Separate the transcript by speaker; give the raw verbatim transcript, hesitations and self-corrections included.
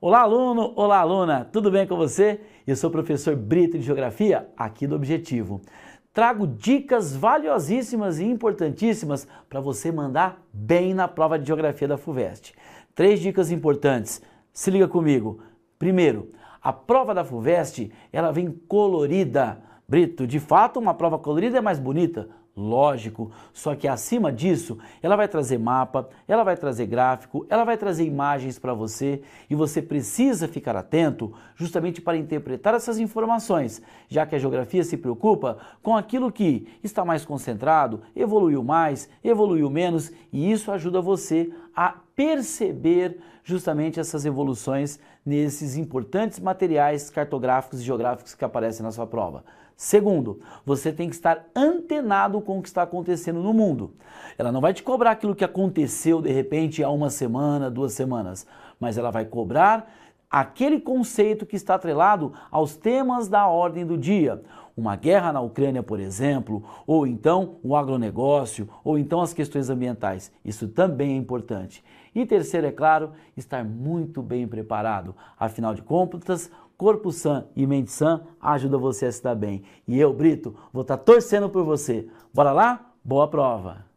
Speaker 1: Olá, aluno! Olá, aluna! Tudo bem com você? Eu sou o professor Brito de Geografia, aqui do Objetivo. Trago dicas valiosíssimas e importantíssimas para você mandar bem na prova de Geografia da FUVEST. Três dicas importantes. Se liga comigo. Primeiro, a prova da FUVEST, ela vem colorida. Brito, de fato, uma prova colorida é mais bonita? Lógico, só que acima disso, ela vai trazer mapa, ela vai trazer gráfico, ela vai trazer imagens para você e você precisa ficar atento justamente para interpretar essas informações, já que a geografia se preocupa com aquilo que está mais concentrado, evoluiu mais, evoluiu menos e isso ajuda você a perceber justamente essas evoluções nesses importantes materiais cartográficos e geográficos que aparecem na sua prova. Segundo, você tem que estar antenado com o que está acontecendo no mundo. Ela não vai te cobrar aquilo que aconteceu de repente há uma semana, duas semanas, mas ela vai cobrar aquele conceito que está atrelado aos temas da ordem do dia. Uma guerra na Ucrânia, por exemplo, ou então o agronegócio, ou então as questões ambientais. Isso também é importante. E terceiro, é claro, estar muito bem preparado. Afinal de contas, corpo sã e mente sã ajuda você a se dar bem. E eu, Brito, vou estar torcendo por você. Bora lá? Boa prova!